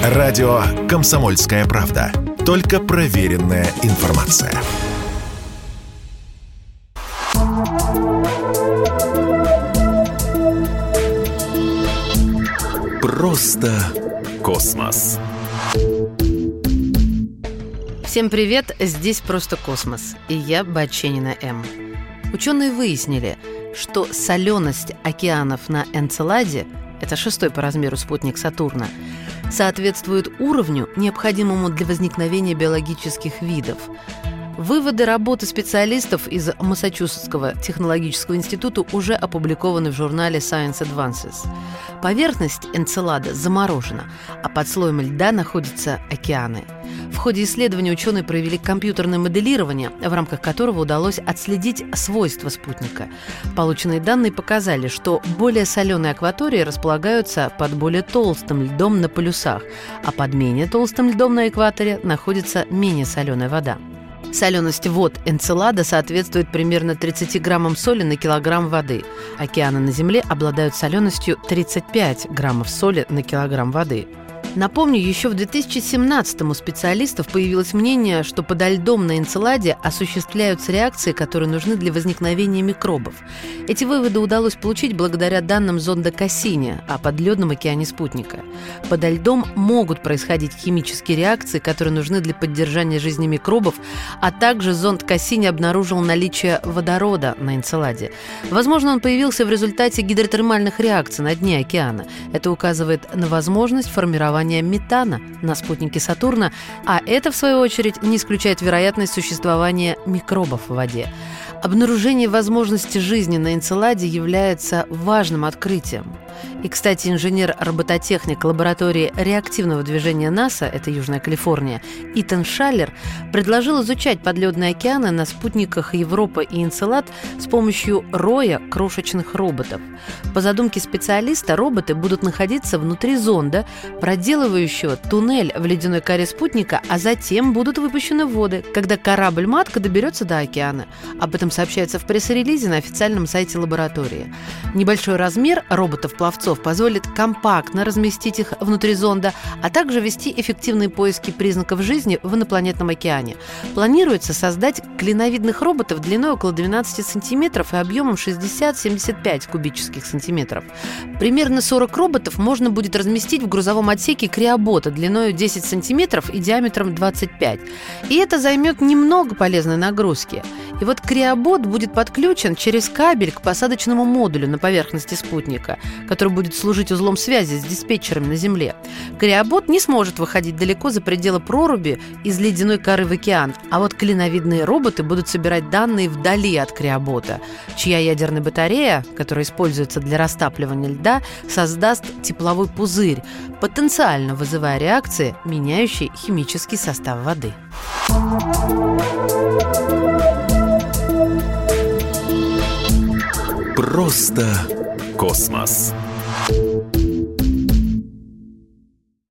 Радио «Комсомольская правда». Только проверенная информация. Просто космос. Всем привет, здесь «Просто космос», и я, Баченина М. Ученые выяснили, что соленость океанов на Энцеладе, это 6-й по размеру спутник Сатурна, соответствует уровню, необходимому для возникновения биологических видов. Выводы работы специалистов из Массачусетского технологического института уже опубликованы в журнале Science Advances. Поверхность Энцелада заморожена, а под слоем льда находятся океаны. В ходе исследования ученые провели компьютерное моделирование, в рамках которого удалось отследить свойства спутника. Полученные данные показали, что более соленые акватории располагаются под более толстым льдом на полюсах, а под менее толстым льдом на экваторе находится менее соленая вода. Соленость вод Энцелада соответствует примерно 30 граммам соли на килограмм воды. Океаны на Земле обладают соленостью 35 граммов соли на килограмм воды. Напомню, еще в 2017-м у специалистов появилось мнение, что подо льдом на Энцеладе осуществляются реакции, которые нужны для возникновения микробов. Эти выводы удалось получить благодаря данным зонда Кассини о подледном океане спутника. Подо льдом могут происходить химические реакции, которые нужны для поддержания жизни микробов, а также зонд Кассини обнаружил наличие водорода на Энцеладе. Возможно, он появился в результате гидротермальных реакций на дне океана. Это указывает на возможность формирования метана на спутнике Сатурна, а это, в свою очередь, не исключает вероятность существования микробов в воде. Обнаружение возможности жизни на Энцеладе является важным открытием. И, кстати, инженер-робототехник лаборатории реактивного движения НАСА, это Южная Калифорния, Итан Шаллер, предложил изучать подледные океаны на спутниках Европа и Энцелад с помощью роя крошечных роботов. По задумке специалиста, роботы будут находиться внутри зонда, проделывающего туннель в ледяной коре спутника, а затем будут выпущены в воды, когда корабль-матка доберется до океана. Об этом сообщается в пресс-релизе на официальном сайте лаборатории. Небольшой размер роботов-пловцов позволит компактно разместить их внутри зонда, а также вести эффективные поиски признаков жизни в инопланетном океане. Планируется создать клиновидных роботов длиной около 12 сантиметров и объемом 60-75 кубических сантиметров. Примерно 40 роботов можно будет разместить в грузовом отсеке криобота длиной 10 сантиметров и диаметром 25. И это займет немного полезной нагрузки. И вот криобот будет подключен через кабель к посадочному модулю на поверхности спутника, который будет служить узлом связи с диспетчерами на Земле. Криобот не сможет выходить далеко за пределы проруби из ледяной коры в океан, а вот клиновидные роботы будут собирать данные вдали от криобота, чья ядерная батарея, которая используется для растапливания льда, создаст тепловой пузырь, потенциально вызывая реакции, меняющие химический состав воды. Просто космос.